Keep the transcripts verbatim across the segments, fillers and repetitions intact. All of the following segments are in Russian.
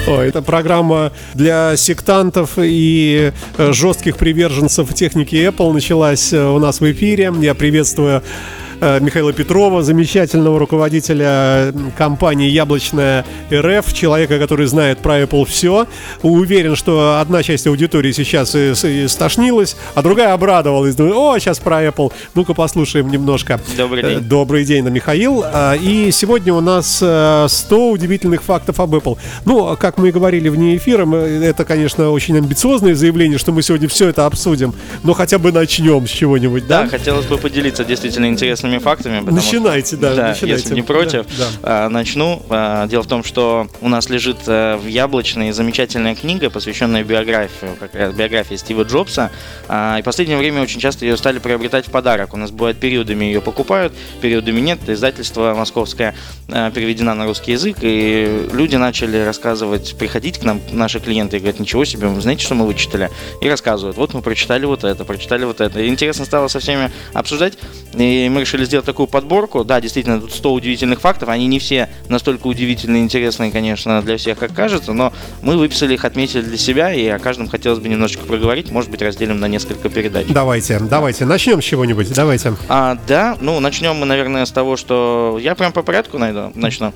О, это программа для сектантов и жестких приверженцев техники Apple началась у нас в эфире. Я приветствую Михаила Петрова, замечательного руководителя компании «Яблочная РФ», человека, который знает про Apple все. Уверен, что одна часть аудитории сейчас и, и стошнилась, а другая обрадовалась. Думаю, о, сейчас про Apple. Ну-ка послушаем немножко. Добрый день. Добрый день, Михаил. И сегодня у нас сто удивительных фактов об Apple. Ну, как мы и говорили вне эфира, это, конечно, очень амбициозное заявление, что мы сегодня все это обсудим. Но хотя бы начнем с чего-нибудь, да? Да, хотелось бы поделиться действительно интересными фактами. Начинайте, что, да, да начинайте. Если не против, да, да. начну. Дело в том, что у нас лежит в Яблочной замечательная книга, посвященная биографии, как раз биографии Стива Джобса. И в последнее время очень часто ее стали приобретать в подарок. У нас бывает периодами ее покупают, периодами нет. Издательство московское переведено на русский язык, и люди начали рассказывать, приходить к нам, наши клиенты, и говорят, ничего себе, вы знаете, что мы вычитали? И рассказывают, вот мы прочитали вот это, прочитали вот это. И интересно стало со всеми обсуждать, и мы решили сделать такую подборку. Да, действительно, тут сто удивительных фактов. Они не все настолько удивительные и интересные, конечно, для всех, как кажется, но мы выписали их, отметили для себя, и о каждом хотелось бы немножечко проговорить. Может быть, разделим на несколько передач. Давайте, давайте. Начнем с чего-нибудь. Давайте. А, да, ну, начнем мы, наверное, с того, что я прям по порядку найду, начну.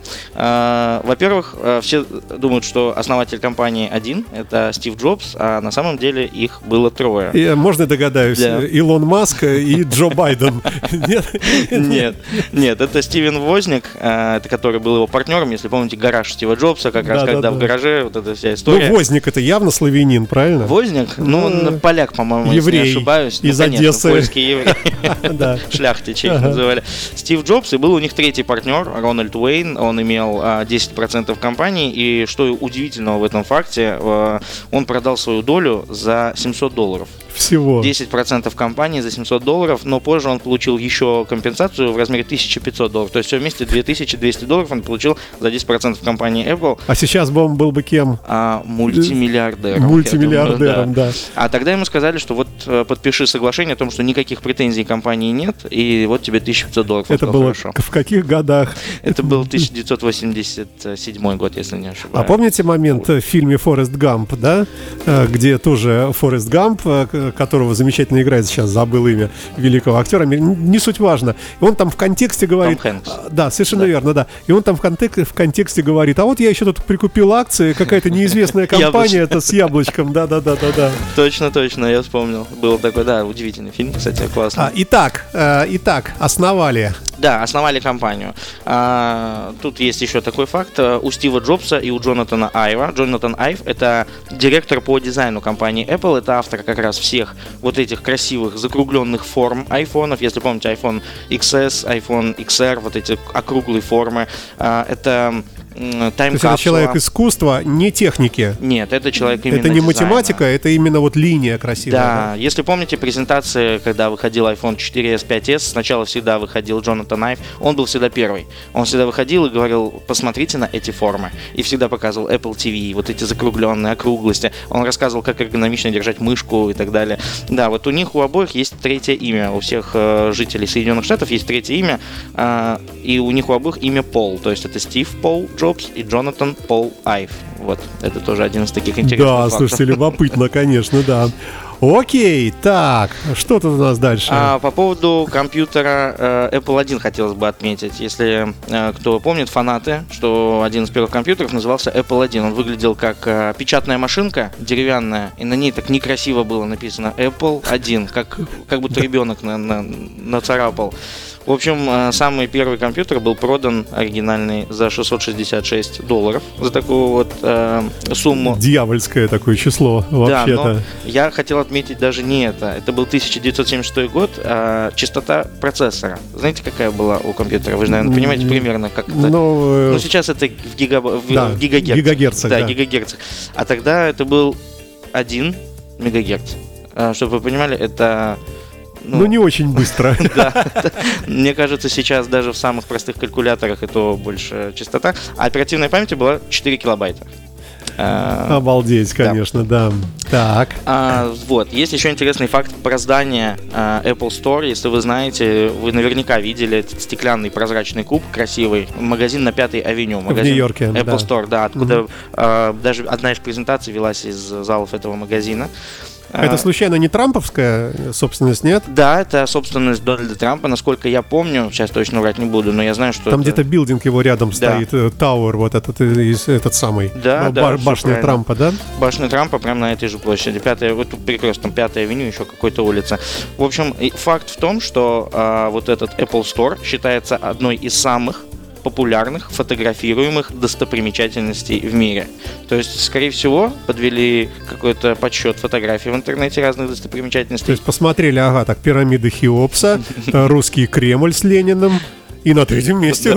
А, во-первых, все думают, что основатель компании один, это Стив Джобс, а на самом деле их было трое. И, можно догадаюсь, да. Илон Маск и Джо Байден. Нет? Нет, нет, это Стивен Возник, это который был его партнером, если помните, гараж Стива Джобса, как раз да, когда да, в гараже, да. Вот эта вся история. Ну, Возник это явно славянин, правильно? Возник? Ну, ну поляк, по-моему, еврей, если не ошибаюсь. Из ну, конечно, Одессы. Польский еврей. Шляхтичи их называли. Стив Джобс, и был у них третий партнер, Рональд Уэйн, он имел десять процентов компании, и что удивительного в этом факте, он продал свою долю за семьсот долларов. Всего. десять процентов компании за семьсот долларов, но позже он получил еще компенсацию в размере тысяча пятьсот долларов. То есть все вместе две тысячи двести долларов он получил за десять процентов компании Apple. А сейчас бы он был бы кем? А, мультимиллиардером. Мультимиллиардером, думаю, да. да. А тогда ему сказали, что вот подпиши соглашение о том, что никаких претензий компании нет, и вот тебе тысяча пятьсот долларов. Это было хорошо. В каких годах? Это был тысяча девятьсот восемьдесят седьмой год, если не ошибаюсь. А помните момент в фильме «Форест Гамп», да? Где тоже Форест Гамп, которого замечательно играет, сейчас забыл имя великого актера, не суть важно. И он там в контексте говорит... Том Хэнкс. Да, совершенно да. верно, да. И он там в, контек- в контексте говорит, а вот я еще тут прикупил акции, какая-то неизвестная компания, это с яблочком, да-да-да-да-да. Точно, точно, я вспомнил. Был такой, да, удивительный фильм, кстати, классный. А, итак, э, итак, основали... Да, основали компанию. А, тут есть еще такой факт. У Стива Джобса и у Джонатана Айва. Джонатан Айв – это директор по дизайну компании Apple. Это автор как раз всех вот этих красивых закругленных форм айфонов. Если помните, iPhone икс эс, iPhone икс ар, вот эти округлые формы. А, это... То есть это человек искусства, не техники. Нет, это человек именно Это не дизайна. Математика, это именно вот линия красивая. Да, да, если помните презентации, когда выходил iPhone четыре эс, пять эс, сначала всегда выходил Джонатан Айв, он был всегда первый. Он всегда выходил и говорил, посмотрите на эти формы. И всегда показывал Apple ти ви, вот эти закругленные округлости. Он рассказывал, как эргономично держать мышку и так далее. Да, вот у них у обоих есть третье имя. У всех э, жителей Соединенных Штатов есть третье имя. Э, и у них у обоих имя Пол. То есть это Стив Пол Джобс и Джонатан Пол Айв. Вот, это тоже один из таких интересных да, фактов. Да, слушайте, любопытно, конечно, да. Окей, так, что тут у нас дальше? А, по поводу компьютера э, Apple один хотелось бы отметить. Если э, кто помнит, фанаты, что один из первых компьютеров назывался Apple один. Он выглядел как э, печатная машинка деревянная, и на ней так некрасиво было написано Apple один, как, как будто ребенок на, на, нацарапал. В общем, самый первый компьютер был продан оригинальный за шестьсот шестьдесят шесть долларов за такую вот э, сумму. Дьявольское такое число вообще-то. Да, но я хотел отметить даже не это. Это был тысяча девятьсот семьдесят шестой год, а частота процессора. Знаете, какая была у компьютера? Вы же, наверное, понимаете примерно, как это. Но, ну, сейчас это в, гига... в, да, в гигагерцах. Гигагерцах, да, да, гигагерцах. А тогда это был один мегагерц. Чтобы вы понимали, это... Ну, ну, не очень быстро. Да. Мне кажется, сейчас даже в самых простых калькуляторах это больше частота. А оперативной памяти была четыре килобайта. А, Обалдеть, конечно, да. да. Так. А, вот, есть еще интересный факт про здание а, Apple Store. Если вы знаете, вы наверняка видели этот стеклянный прозрачный куб красивый. Магазин на Пятой авеню. Магазин в Нью-Йорке. Apple да. Store, да, откуда угу. а, даже одна из презентаций велась из залов этого магазина. Это случайно не трамповская собственность, нет? Да, это собственность Дональда Трампа, насколько я помню, сейчас точно врать не буду, но я знаю, что там это... где-то билдинг его рядом да. стоит, Тауэр, вот этот, этот самый, да, бар, да, башня Трампа, да? Башня Трампа прямо на этой же площади, пятая, вот тут перекресток, там Пятая авеню, еще какой-то улица. В общем, факт в том, что а, вот этот Apple Store считается одной из самых популярных фотографируемых достопримечательностей в мире. То есть, скорее всего, подвели какой-то подсчет фотографий в интернете разных достопримечательностей. То есть посмотрели, ага, так, пирамиды Хеопса, русский Кремль с Лениным. И на третьем месте.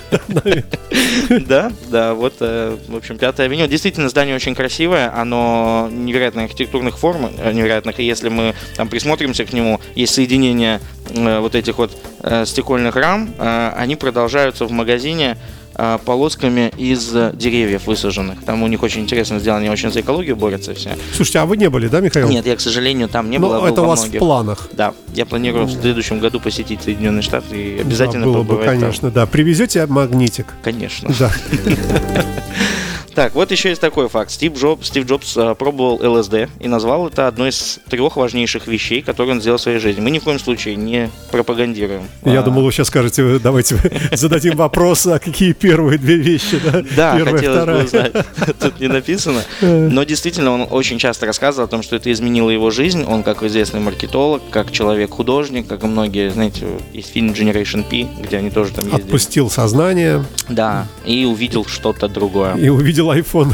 Да, да, вот, в общем, Пятая авеню. Действительно, здание очень красивое, оно невероятной архитектурных форм, невероятных, и если мы там присмотримся к нему, есть соединение вот этих вот стекольных рам, они продолжаются в магазине полосками из деревьев высаженных. Там у них очень интересно сделано, они очень за экологию борются все. Слушайте, а вы не были, да, Михаил? Нет, я, к сожалению, там не был. Но это у вас многих. в планах. Да, я планирую в следующем году посетить Соединенные Штаты и обязательно да, было побывать бы, конечно, там. да. Привезете магнитик? Конечно. Да. Так, вот еще есть такой факт. Стив Джобс, Стив Джобс а, пробовал эл эс ди и назвал это одной из трех важнейших вещей, которые он сделал в своей жизни. Мы ни в коем случае не пропагандируем. Я а... думал, вы сейчас скажете, давайте зададим вопрос, а какие первые две вещи, да? Да, Первая, хотелось вторая. бы узнать. Тут не написано. Но действительно, он очень часто рассказывал о том, что это изменило его жизнь. Он, как известный маркетолог, как человек-художник, как и многие, знаете, есть фильм Generation P, где они тоже там ездили. Отпустил сознание. Да, и увидел что-то другое. И увидел iPhone.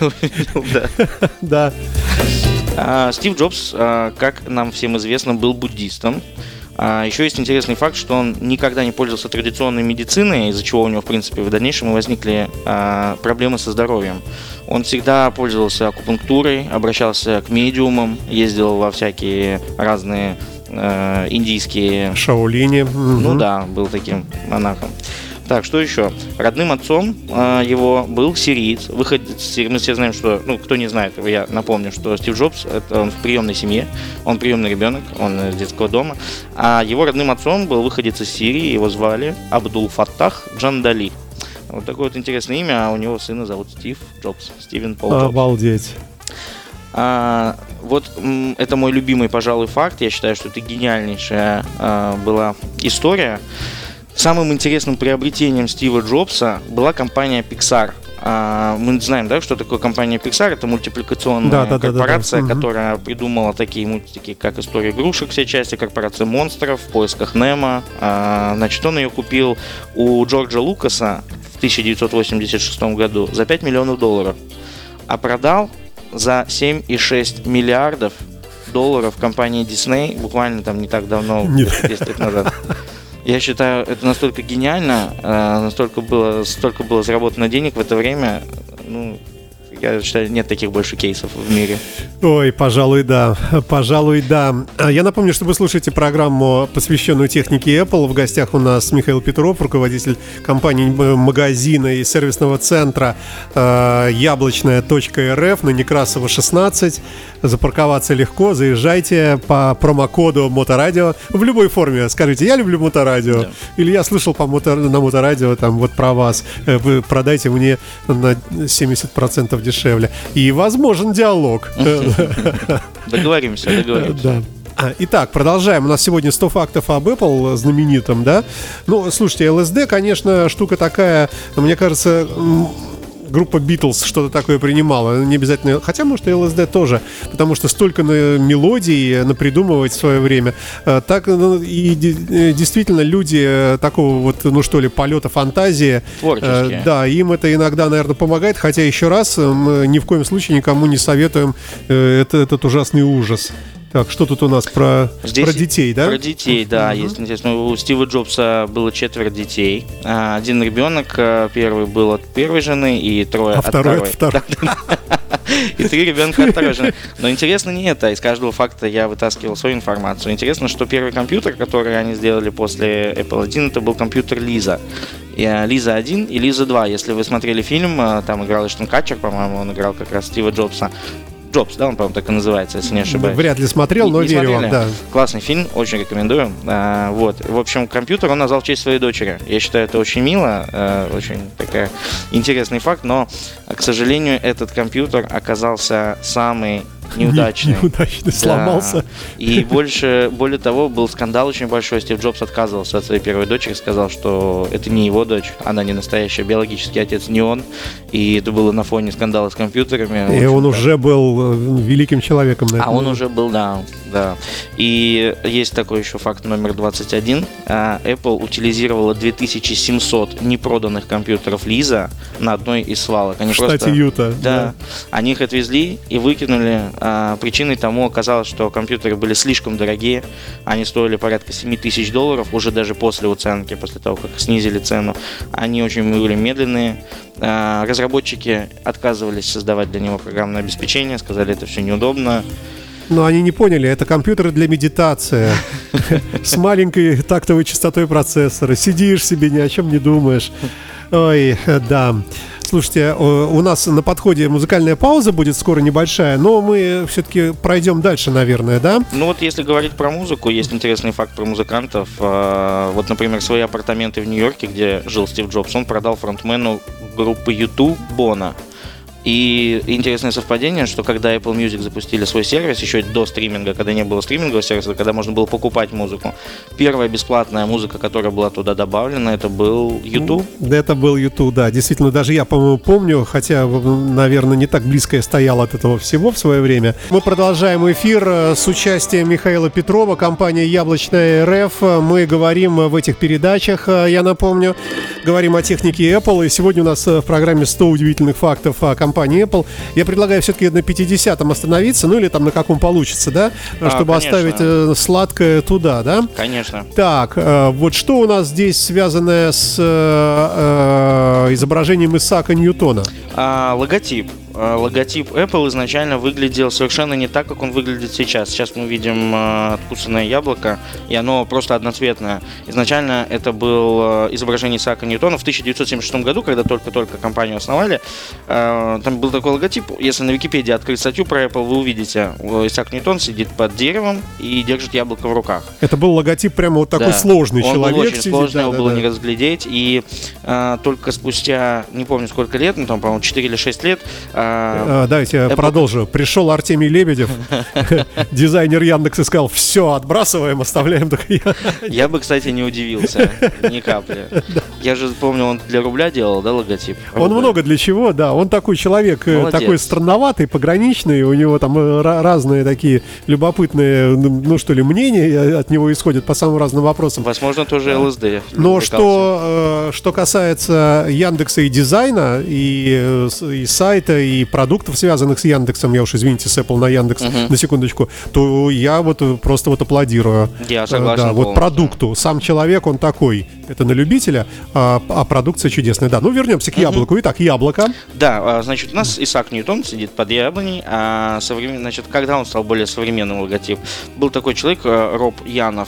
Да. Стив Джобс, как нам всем известно, был буддистом. Еще есть интересный факт, что он никогда не пользовался традиционной медициной, из-за чего у него, в принципе, в дальнейшем возникли проблемы со здоровьем. Он всегда пользовался акупунктурой, обращался к медиумам, ездил во всякие разные индийские... Шаолини. Ну да, был таким монахом. Так, что еще? Родным отцом э, его был сириец, выходец. Мы все знаем, что, ну, кто не знает, я напомню, что Стив Джобс, это он в приемной семье, он приемный ребенок, он из детского дома. А его родным отцом был выходец из Сирии, его звали Абдул-Фаттах Джандали. Вот такое вот интересное имя, а у него сына зовут Стив Джобс, Стивен Пол Джобс. Обалдеть. А, вот м, это мой любимый, пожалуй, факт. Я считаю, что это гениальнейшая а, была история. Самым интересным приобретением Стива Джобса была компания Pixar. А, мы знаем, да, что такое компания Pixar. Это мультипликационная да, да, корпорация, да, да, да. которая придумала такие мультики, как «История игрушек», все части, «Корпорация монстров», «В поисках Немо». А, значит, он ее купил у Джорджа Лукаса в тысяча девятьсот восемьдесят шестом году за пять миллионов долларов, а продал за семь целых шесть десятых миллиардов долларов компании Disney буквально там не так давно, десять лет назад. Я считаю, это настолько гениально, настолько было, столько было заработано денег в это время, ну, я считаю, нет таких больше кейсов в мире. Ой, пожалуй, да. Пожалуй, да. Я напомню, что вы слушаете программу, посвященную технике Apple. В гостях у нас Михаил Петров, руководитель компании, магазина и сервисного центра э, яблочная точка эр эф на Некрасова шестнадцать. Запарковаться легко. Заезжайте по промокоду Моторадио в любой форме. Скажите, я люблю Моторадио. Да. Или я слышал по мотор, на Моторадио там вот про вас. Вы продайте мне на семьдесят процентов дешевле. И возможен диалог. Договоримся, договоримся. Да. Итак, продолжаем. У нас сегодня сто фактов об Apple знаменитом, да? Ну, слушайте, эл эс ди, конечно, штука такая, мне кажется... Группа Beatles что-то такое принимала, не обязательно, хотя, может, и эл эс ди тоже, потому что столько на мелодий напридумывать в свое время. Так, и действительно люди такого вот, ну что ли, полета фантазии, творческие. Да, им это иногда, наверное, помогает, хотя еще раз, мы ни в коем случае никому не советуем этот, этот ужасный ужас. Так, что тут у нас про, Здесь про детей, да? Про детей, да, uh-huh. есть интересно. У Стива Джобса было четверо детей. Один ребенок первый был от первой жены и трое а от второй второй. От второй. И три ребенка от второй жены. Но интересно не это. Из каждого факта я вытаскивал свою информацию. Интересно, что первый компьютер, который они сделали после Apple один, это был компьютер Лиза. Лиза один и Лиза два. Если вы смотрели фильм, там играл Эштон Катчер, по-моему, он играл как раз Стива Джобса. Джобс, да, он, по-моему, так и называется, если не ошибаюсь. Вряд ли смотрел, но не верю смотрели? вам, да. Классный фильм, очень рекомендую. А, вот, в общем, компьютер он назвал в честь своей дочери. Я считаю, это очень мило, а, очень такой интересный факт, но, к сожалению, этот компьютер оказался самый неудачный. Неудачный, сломался. Да. И больше, более того, был скандал очень большой. Стив Джобс отказывался от своей первой дочери, сказал, что это не его дочь, она не настоящая, биологический отец не он. И это было на фоне скандала с компьютерами. И он уже был великим человеком. А он уже был, да, да. И есть такой еще факт номер двадцать один. Apple утилизировала две тысячи семьсот непроданных компьютеров Лиза на одной из свалок. Они в штате просто, Юта. Да, да. Они их отвезли и выкинули. Причиной тому оказалось, что компьютеры были слишком дорогие. Они стоили порядка семь тысяч долларов, уже даже после уценки, после того, как снизили цену. Они очень были медленные. Разработчики отказывались создавать для него программное обеспечение, сказали, это все неудобно. Но они не поняли, это компьютеры для медитации с маленькой тактовой частотой процессора. Сидишь себе, ни о чем не думаешь. Ой, да. Слушайте, у нас на подходе музыкальная пауза будет скоро небольшая, но мы все-таки пройдем дальше, наверное, да? Ну вот если говорить про музыку, есть интересный факт про музыкантов. Вот, например, свои апартаменты в Нью-Йорке, где жил Стив Джобс, он продал фронтмену группы ю ту Бона. И интересное совпадение, что когда Apple Music запустили свой сервис, еще до стриминга, когда не было стримингового сервиса, когда можно было покупать музыку, первая бесплатная музыка, которая была туда добавлена, это был ю ту. Да, это был ю ту, да. Действительно, даже я, по-моему, помню, хотя, наверное, не так близко я стоял от этого всего в свое время. Мы продолжаем эфир с участием Михаила Петрова, компания Яблочная РФ. Мы говорим в этих передачах, я напомню, говорим о технике Apple. И сегодня у нас в программе сто удивительных фактов о компании компании Apple. Я предлагаю все-таки на пятидесятом остановиться, ну или там на каком получится, да, а, чтобы конечно. оставить э, сладкое туда, да? Конечно. Так, э, вот что у нас здесь связанное с э, э, изображением Исаака Ньютона? А, логотип. Логотип Apple изначально выглядел совершенно не так, как он выглядит сейчас. Сейчас мы видим э, откусанное яблоко, и оно просто одноцветное. Изначально это было изображение Исаака Ньютона в тысяча девятьсот семьдесят шестом году, когда только-только компанию основали. Э, там был такой логотип. Если на Википедии открыть статью про Apple, вы увидите, Исаак Ньютон сидит под деревом и держит яблоко в руках. Это был логотип прямо вот такой, да, сложный он человек. Он был очень сидит, сложный, да, его да, было да. не разглядеть. И э, только спустя, не помню сколько лет, ну там, по-моему, четыре или шесть лет, А, давайте я Apple... продолжу. Пришел Артемий Лебедев, дизайнер Яндекса, и сказал: все, отбрасываем, оставляем. Я бы, кстати, не удивился ни капли. Я же помню, он для рубля делал, да, логотип? Он много для чего, да. Он такой человек, Молодец. Такой странноватый, пограничный. У него там разные такие любопытные, ну что ли, мнения от него исходят по самым разным вопросам. Возможно, тоже эл эс ди. Но что, что касается Яндекса и дизайна, и, и сайта, и продуктов, связанных с Яндексом, я уж, извините, с Apple на Яндекс, uh-huh. на секундочку, то я вот просто вот аплодирую. Я согласен. Да, вот продукту. Сам человек, он такой. Это на любителя, а, а продукция чудесная. Да, ну вернемся к яблоку. Uh-huh. Итак, яблоко. Да, значит, у нас Исаак Ньютон сидит под яблоней, а современ... значит, когда он стал более современным логотип? Был такой человек, Роб Янов,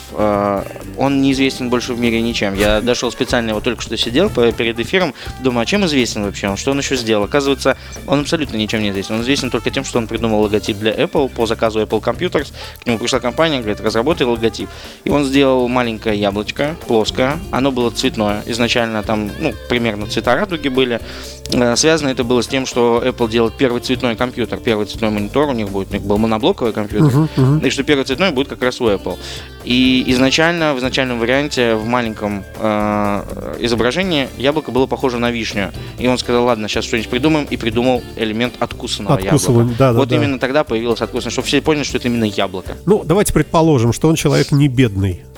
он неизвестен больше в мире ничем. Я дошел специально, его только что сидел перед эфиром, думаю, а чем известен вообще? Что он еще сделал? Оказывается, он абсолютно ничем не известен. Он известен только тем, что он придумал логотип для Apple по заказу Apple Computers. К нему пришла компания, говорит, разработай логотип. И он сделал маленькое яблочко, плоское. Оно было цветное. Изначально там, ну, примерно цвета радуги были. Связано это было с тем, что Apple делает первый цветной компьютер, первый цветной монитор у них будет, у них был моноблоковый компьютер, uh-huh, uh-huh. и что первый цветной будет как раз у Apple. И изначально, в изначальном варианте, в маленьком э, изображении яблоко было похоже на вишню. И он сказал, ладно, сейчас что-нибудь придумаем, и придумал элемент откусанного яблока. Да, да, вот да. именно тогда появилось откусанное, чтобы все поняли, что это именно яблоко. Ну, давайте предположим, что он человек не бедный.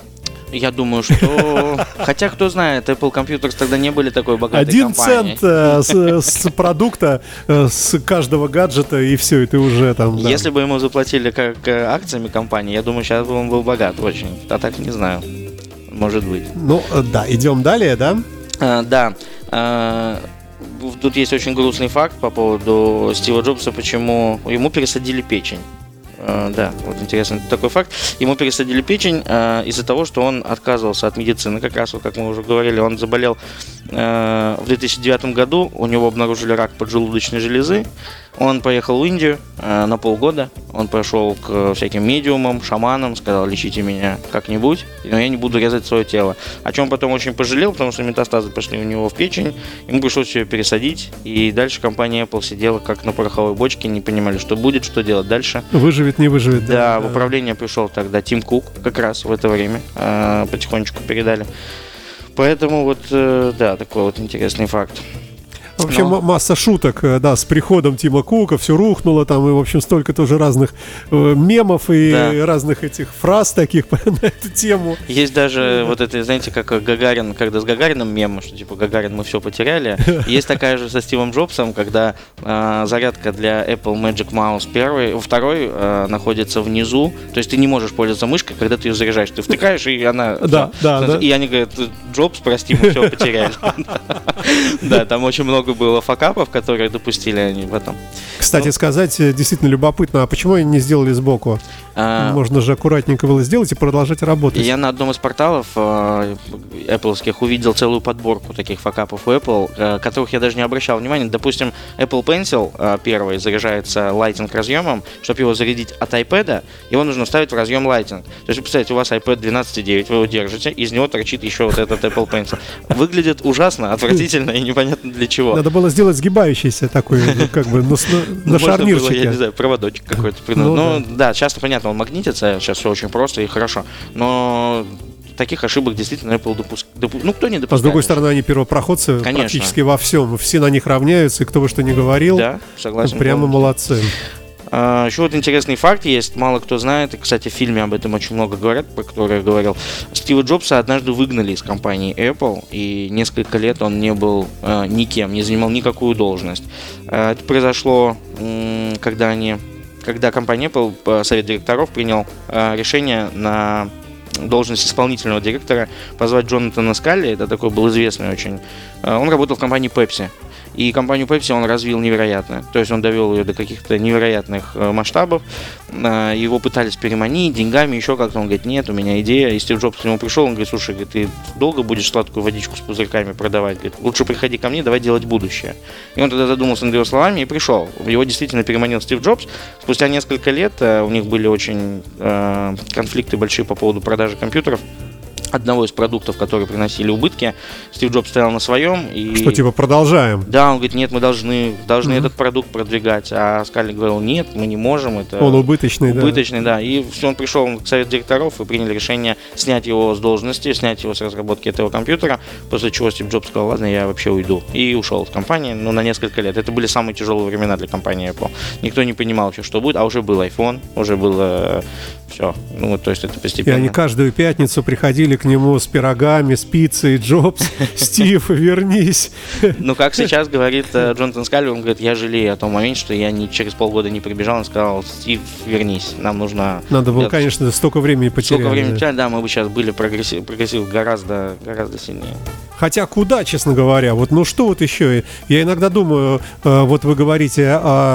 Я думаю, что... Хотя, кто знает, Apple Computers тогда не были такой богатой Один компанией. цент э, с, с продукта, э, с каждого гаджета, и все, и ты уже там... Да. Если бы ему заплатили как э, акциями компании, я думаю, сейчас бы он был богат очень. А так не знаю. Может быть. Ну, э, да, идем далее, да? А, да. А, тут есть очень грустный факт по поводу Стива Джобса, почему ему пересадили печень. Uh, да, вот интересный такой факт. Ему пересадили печень uh, из-за того, что он отказывался от медицины. Как раз, вот, как мы уже говорили, он заболел uh, в две тысячи девятом году. У него обнаружили рак поджелудочной железы. Он поехал в Индию uh, на полгода. Он пошел к всяким медиумам, шаманам, сказал: лечите меня как-нибудь, но я не буду резать свое тело. О чем потом очень пожалел, потому что метастазы пошли у него в печень. Ему пришлось ее пересадить. И дальше компания Apple сидела как на пороховой бочке, не понимали, что будет, что делать дальше. Выживет, не выживет. Да, да, в управление пришел тогда Тим Кук, как раз в это время э, потихонечку передали. Поэтому вот, э, да, такой вот интересный факт. Вообще Но... масса шуток, да, с приходом Тима Кука, все рухнуло там, и, в общем, столько тоже разных э, мемов и да. разных этих фраз таких на эту тему. Есть даже вот это, знаете, как Гагарин, когда с Гагарином мемы, что типа Гагарин, мы все потеряли. Есть такая же со Стивом Джобсом, когда э, зарядка для Apple Magic Mouse первый, второй э, находится внизу, то есть ты не можешь пользоваться мышкой, когда ты ее заряжаешь, ты втыкаешь, и она... Да, да, да. И они говорят: Джобс, прости, мы все потеряли. Да, там очень много было факапов, которые допустили они в этом. Кстати, ну, сказать, действительно любопытно, а почему они не сделали сбоку? А... Можно же аккуратненько было сделать и продолжать работать. Я на одном из порталов э, Apple'ских увидел целую подборку таких факапов у Apple, э, которых я даже не обращал внимания. Допустим, Apple Pencil э, первый заряжается Lightning разъемом. Чтобы его зарядить от iPad, его нужно вставить в разъем Lightning. То есть, представьте, у вас iPad двенадцать и девять, вы его держите, из него торчит еще вот этот Apple Pencil. Выглядит ужасно, отвратительно и непонятно для чего. Надо было сделать сгибающийся такой, как бы, на шарнирчике. Я не знаю, проводочек какой-то. Ну да, часто понятно, он магнитится, сейчас все очень просто и хорошо, но таких ошибок действительно Apple допускает. Допу... Ну, кто не допускает. А с другой стороны, они первопроходцы. Конечно. Практически во всем. Все на них равняются, и кто бы что ни говорил. Да, согласен. Прямо молодцы. А, еще вот интересный факт есть, мало кто знает, и, кстати, в фильме об этом очень много говорят, про который я говорил. Стива Джобса однажды выгнали из компании Apple, и несколько лет он не был э, никем, не занимал никакую должность. Э, это произошло, м- когда они, когда компания Apple, совет директоров, принял э, решение на должность исполнительного директора позвать Джонатана Скалли, это такой был известный очень. Э, он работал в компании Pepsi. И компанию Pepsi он развил невероятно. То есть он довел ее до каких-то невероятных э, масштабов. Э, его пытались переманить деньгами, еще как-то. Он говорит: нет, у меня идея. И Стив Джобс к нему пришел, он говорит: слушай, говорит, ты долго будешь сладкую водичку с пузырьками продавать? Говорит, лучше приходи ко мне, давай делать будущее. И он тогда задумался над его словами и пришел. Его действительно переманил Стив Джобс. Спустя несколько лет э, у них были очень э, конфликты большие по поводу продажи компьютеров. Одного из продуктов, которые приносили убытки, Стив Джобс стоял на своем. И... Что, типа, продолжаем? Да, он говорит: нет, мы должны, должны mm-hmm. этот продукт продвигать. А Скалли говорил: нет, мы не можем. Это он убыточный, убыточный, да. да. И все, он пришел к совету директоров и приняли решение снять его с должности, снять его с разработки этого компьютера, после чего Стив Джобс сказал: ладно, я вообще уйду. И ушел из компании, ну, на несколько лет. Это были самые тяжелые времена для компании Apple. Никто не понимал вообще, что будет, а уже был iPhone, уже было все. Ну, то есть это постепенно. И они каждую пятницу приходили к нему с пирогами, с пиццей: Джобс, Стив, вернись. Ну, как сейчас говорит Джонатан Скалли, он говорит: я жалею о том моменте, что я не, через полгода не прибежал и сказал: Стив, вернись, нам нужно... Надо было, конечно, столько времени потерять. Столько времени потерять, да, мы бы сейчас были прогрессив, прогрессив гораздо, гораздо сильнее. Хотя куда, честно говоря, вот, ну что вот еще? Я иногда думаю, вот вы говорите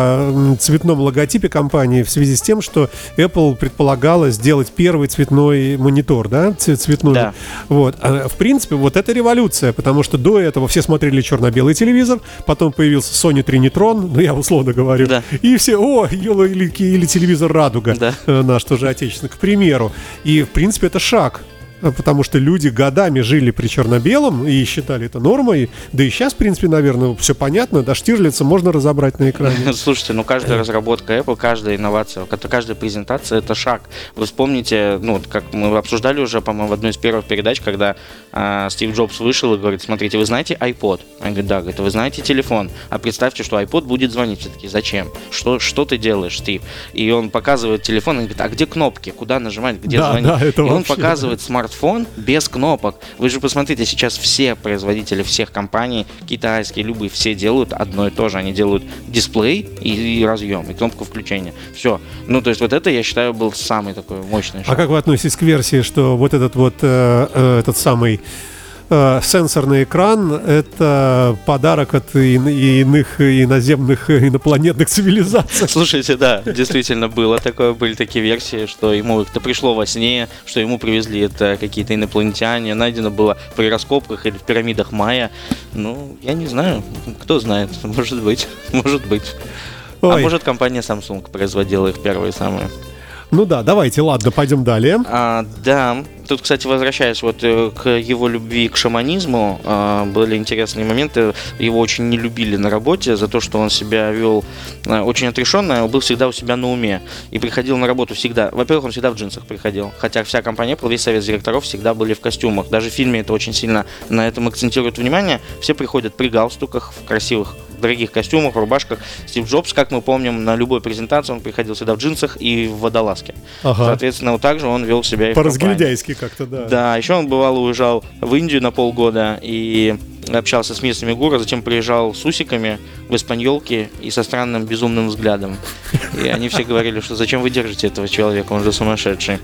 о цветном логотипе компании в связи с тем, что Apple предполагала сделать первый цветной монитор, да, цветной. Да. Вот. А, в принципе, вот это революция, потому что до этого все смотрели черно-белый телевизор, потом появился Sony Trinitron, ну я условно говорю, да. И все: о, или, или телевизор Радуга, да. Наш тоже отечественный, к примеру. И, в принципе, это шаг. Потому что люди годами жили при черно-белом и считали это нормой. Да и сейчас, в принципе, наверное, все понятно. Да, Штирлица можно разобрать на экране. Слушайте, ну каждая разработка Apple, каждая инновация, каждая презентация — это шаг. Вы вспомните, ну, как мы обсуждали уже, по-моему, в одной из первых передач, когда э, Стив Джобс вышел и говорит: смотрите, вы знаете iPod? Он говорит: да. Говорит: вы знаете телефон? А представьте, что iPod будет звонить. Все таки: зачем? Что, что ты делаешь, Стив? И он показывает телефон и говорит: а где кнопки? Куда нажимать? Где да, звонить? Да, это и он вообще... показывает смартфон смартфон без кнопок. Вы же посмотрите, сейчас все производители всех компаний, китайские, любые, все делают одно и то же. Они делают дисплей и, и разъем, и кнопку включения. Все. Ну, то есть вот это, я считаю, был самый такой мощный шаг. А как вы относитесь к версии, что вот этот вот э, э, этот самый э, сенсорный экран — это подарок от ин- иных иноземных инопланетных цивилизаций? Слушайте, да, действительно было такое, были такие версии, что ему это пришло во сне, что ему привезли это какие-то инопланетяне, найдено было при раскопках или в пирамидах майя. Ну, я не знаю, кто знает, может быть, может быть. Ой. А может, компания Samsung производила их первые самые. Ну да, давайте, ладно, пойдем далее. А, да, тут, кстати, возвращаясь вот э, к его любви к шаманизму, э, были интересные моменты. Его очень не любили на работе за то, что он себя вел э, очень отрешенно, он был всегда у себя на уме и приходил на работу всегда. Во-первых, он всегда в джинсах приходил, хотя вся компания, весь совет директоров всегда были в костюмах. Даже в фильме это очень сильно на этом акцентирует внимание. Все приходят при галстуках, в красивых дорогих костюмах, рубашках. Стив Джобс, как мы помним, на любой презентации он приходил всегда в джинсах и в водолазке. Ага. Соответственно, вот так же он вел себя и в компании. По-разгильдяйски как-то, да. Да, еще он бывало уезжал в Индию на полгода и общался с местными гуру, затем приезжал с усиками в испаньолке и со странным безумным взглядом. И они все говорили, что зачем вы держите этого человека, он же сумасшедший.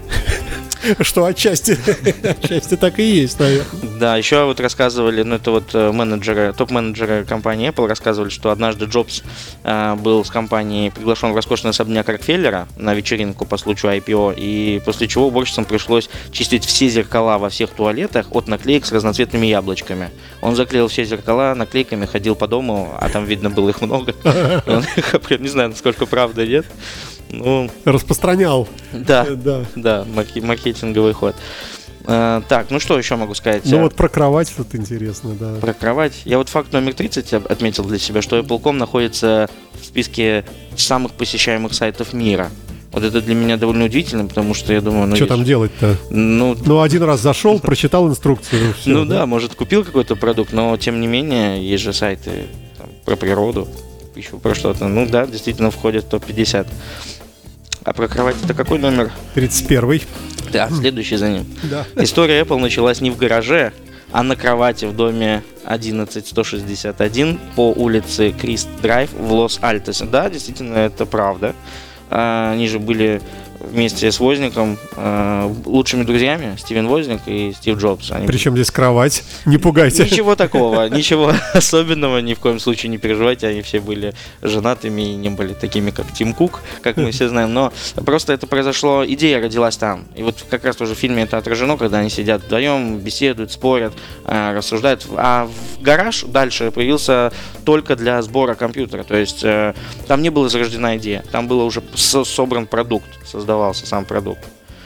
Что отчасти, отчасти так и есть, наверное. Да, еще вот рассказывали, ну это вот менеджеры, топ-менеджеры компании Apple рассказывали, что однажды Джобс э, был с компанией приглашен в роскошный особняк Рокфеллера на вечеринку по случаю ай пи о, и после чего уборщицам пришлось чистить все зеркала во всех туалетах от наклеек с разноцветными яблочками. Он заклеил все зеркала наклейками, ходил по дому, а там видно было их много. Он их, не знаю, насколько правда, нет. Ну, распространял. Да, да, да, марки- маркетинговый ход. А, так, ну что еще могу сказать? Ну вот про кровать что-то интересно, да. Про кровать. Я вот факт номер тридцать отметил для себя, что Apple точка ком находится в списке самых посещаемых сайтов мира. Вот это для меня довольно удивительно, потому что я думаю... Ну, что есть... там делать-то? Ну, ну, один раз зашел, прочитал инструкцию. Все, ну да? да, может, купил какой-то продукт, но тем не менее, есть же сайты там, про природу, еще про что-то. Ну да, действительно входит в топ пятьдесят. А про кровать это какой номер? тридцать первый. Да, следующий за ним. Да. История Apple началась не в гараже, а на кровати в доме одиннадцать сто шестьдесят один по улице Крист Драйв в Лос-Альтосе. Да, действительно, это правда. Они же были вместе с Возником э, лучшими друзьями, Стивен Возник и Стив Джобс. Они... Причем здесь кровать, не пугайте. Ничего такого, ничего особенного, ни в коем случае не переживайте, они все были женатыми и не были такими, как Тим Кук, как мы все знаем, но просто это произошло, идея родилась там. И вот как раз тоже в фильме это отражено, когда они сидят вдвоем, беседуют, спорят, э, рассуждают. А в гараж дальше появился только для сбора компьютера, то есть э, там не была зарождена идея, там был уже собран продукт, создавался сам продукт.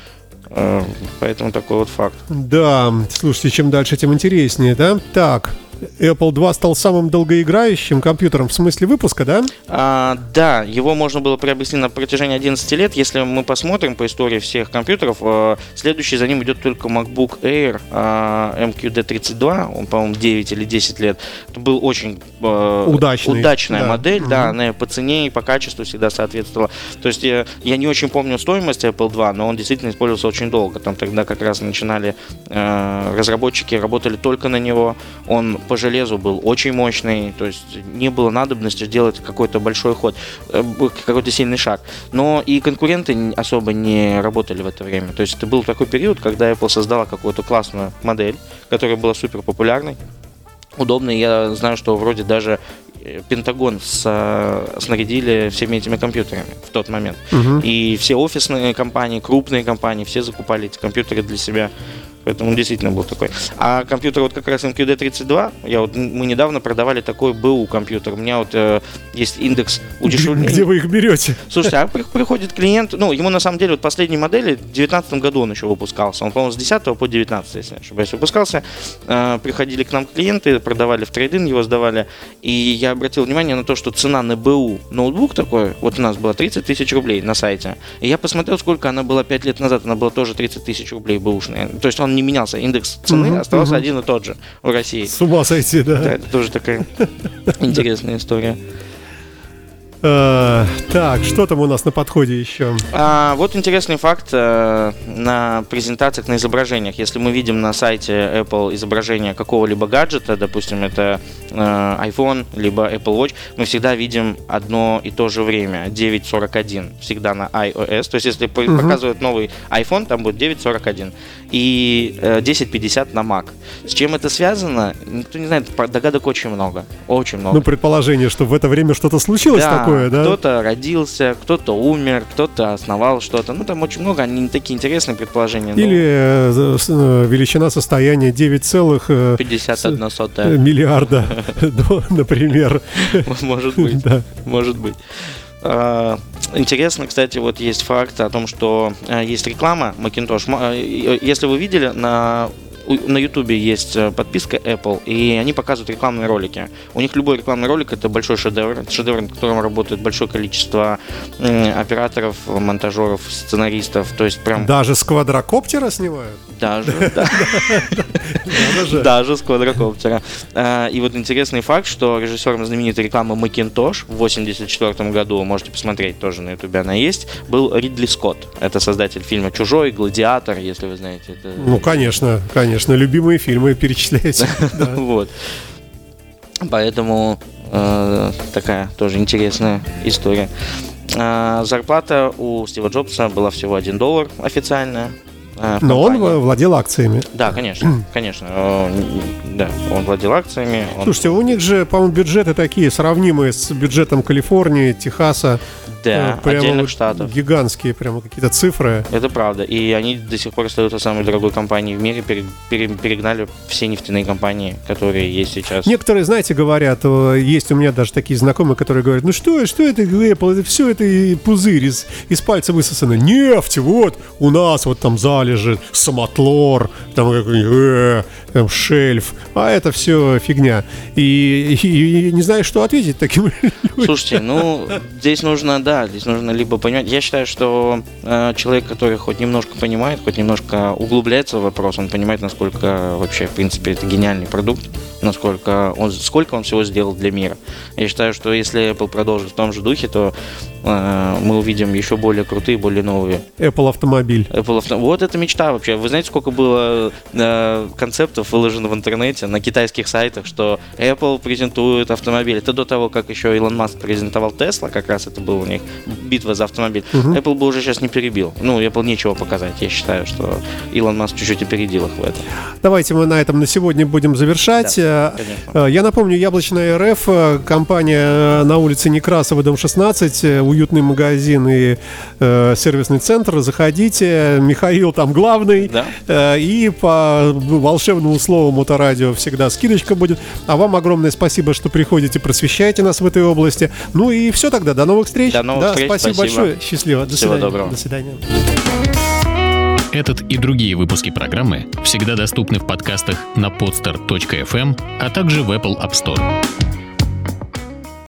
Поэтому такой вот факт. Да, слушайте, чем дальше, тем интереснее, да? Так, Apple два стал самым долгоиграющим компьютером в смысле выпуска, да? А, да, его можно было приобрести на протяжении одиннадцати лет. Если мы посмотрим по истории всех компьютеров, э, следующий за ним идет только MacBook Air э, эм кью ди тридцать два, он, по-моему, девять или десять лет. Это был очень э, Удачный, удачная да. модель, угу. да, она по цене и по качеству всегда соответствовала. То есть я, я не очень помню стоимость Apple два, но он действительно использовался очень долго. Там тогда как раз начинали э, разработчики, работали только на него. Он по железу был очень мощный, то есть не было надобности делать какой-то большой ход, какой-то сильный шаг. Но и конкуренты особо не работали в это время. То есть это был такой период, когда Apple создала какую-то классную модель, которая была супер популярной, удобной. Я знаю, что вроде даже Пентагон с, снарядили всеми этими компьютерами в тот момент. Угу. И все офисные компании, крупные компании, все закупали эти компьютеры для себя. Поэтому он действительно был такой. А компьютер вот как раз эм кью ди тридцать два, я вот, мы недавно продавали такой БУ компьютер. У меня вот э, есть индекс удешевления. Где вы их берете? Слушайте, а приходит клиент, ну, ему на самом деле вот последней модели, в две тысячи девятнадцатом году он еще выпускался. Он, по-моему, с десятого по девятнадцатый, если не ошибаюсь, выпускался. Э, приходили к нам клиенты, продавали в трейд-ин, его сдавали. И я обратил внимание на то, что цена на БУ ноутбук такой, вот у нас была тридцать тысяч рублей на сайте. И я посмотрел, сколько она была пять лет назад, она была тоже тридцать тысяч рублей бэушная. То есть он не менялся, индекс цены uh-huh, оставался uh-huh. один и тот же в России. С ума сойти, да. Да, это тоже такая интересная история. Uh, Так, что там у нас на подходе еще? А, вот интересный факт э, на презентациях, на изображениях. Если мы видим на сайте Apple изображение какого-либо гаджета, допустим, это э, iPhone, либо Apple Watch, мы всегда видим одно и то же время, девять сорок один, всегда на iOS. То есть, если uh-huh. показывают новый iPhone, там будет девять сорок один. И э, десять пятьдесят на Mac. С чем это связано? Никто не знает, догадок очень много. Очень много. Ну, предположение, что в это время что-то случилось да, такое, да? Кто-то родился, кто-то умер, кто-то основал что-то. Ну, там очень много, они такие интересные предположения. Или э, э, величина состояния девять целых пятьдесят одна сотая миллиарда, например. Может быть, может быть. Интересно, кстати, вот есть факт о том, что есть реклама Macintosh. Если вы видели, на на Ютубе есть подписка Apple, и они показывают рекламные ролики. У них любой рекламный ролик — это большой шедевр, это шедевр, над которым работает большое количество м, операторов, монтажеров, сценаристов. То есть прям... Даже с квадрокоптера снимают? Даже, да. Даже с квадрокоптера. И вот интересный факт, что режиссером знаменитой рекламы Macintosh в восемьдесят четвёртом году, можете посмотреть, тоже на Ютубе она есть, был Ридли Скотт. Это создатель фильма «Чужой», «Гладиатор», если вы знаете. Ну, конечно, конечно. Конечно, любимые фильмы перечисляете. Вот. Поэтому э, такая тоже интересная история. Э, зарплата у Стива Джобса была всего один доллар официальная. Э, Но он владел акциями. Да, конечно, конечно. Э, да, он владел акциями. Он... Слушайте, у них же, по-моему, бюджеты такие, сравнимые с бюджетом Калифорнии, Техаса. Да, прямо отдельных штатов. Гигантские прямо какие-то цифры. Это правда. И они до сих пор остаются самой дорогой компанией в мире. Перегнали все нефтяные компании, которые есть сейчас. Некоторые, знаете, говорят, есть у меня даже такие знакомые, которые говорят: ну что, что это Apple, это все это пузырь из, из пальца высосано. Нефть, вот, у нас вот там залежи, самотлор, там какой-нибудь э, там шельф, а это все фигня. И, и, и не знаю, что ответить таким людям. Слушайте, ну, здесь нужно, да, Да, здесь нужно либо понимать. Я считаю, что э, человек, который хоть немножко понимает, хоть немножко углубляется в вопрос, он понимает, насколько вообще, в принципе, это гениальный продукт, насколько он, сколько он всего сделал для мира. Я считаю, что если Apple продолжит в том же духе, то э, мы увидим еще более крутые, более новые. Apple автомобиль. Apple авто... Вот это мечта вообще. Вы знаете, сколько было э, концептов выложено в интернете, на китайских сайтах, что Apple презентует автомобиль. Это до того, как еще Илон Маск презентовал Tesla, как раз это был у них битва за автомобиль. Uh-huh. Apple бы уже сейчас не перебил. Ну, Apple нечего показать. Я считаю, что Илон Маск чуть-чуть опередил их в этом. Давайте мы на этом на сегодня будем завершать. Да, конечно. Я напомню, Яблочная РФ, компания на улице Некрасова, дом шестнадцать, уютный магазин и э, сервисный центр. Заходите, Михаил там главный. Да. Э, и по волшебному слову Моторадио всегда скидочка будет. А вам огромное спасибо, что приходите, просвещаете нас в этой области. Ну и все тогда. До новых встреч. До новых да, встреч. Спасибо, спасибо большое. Счастливо. До Всего свидания. доброго. До свидания. Этот и другие выпуски программы всегда доступны в подкастах на podster точка эф эм, а также в Apple App Store.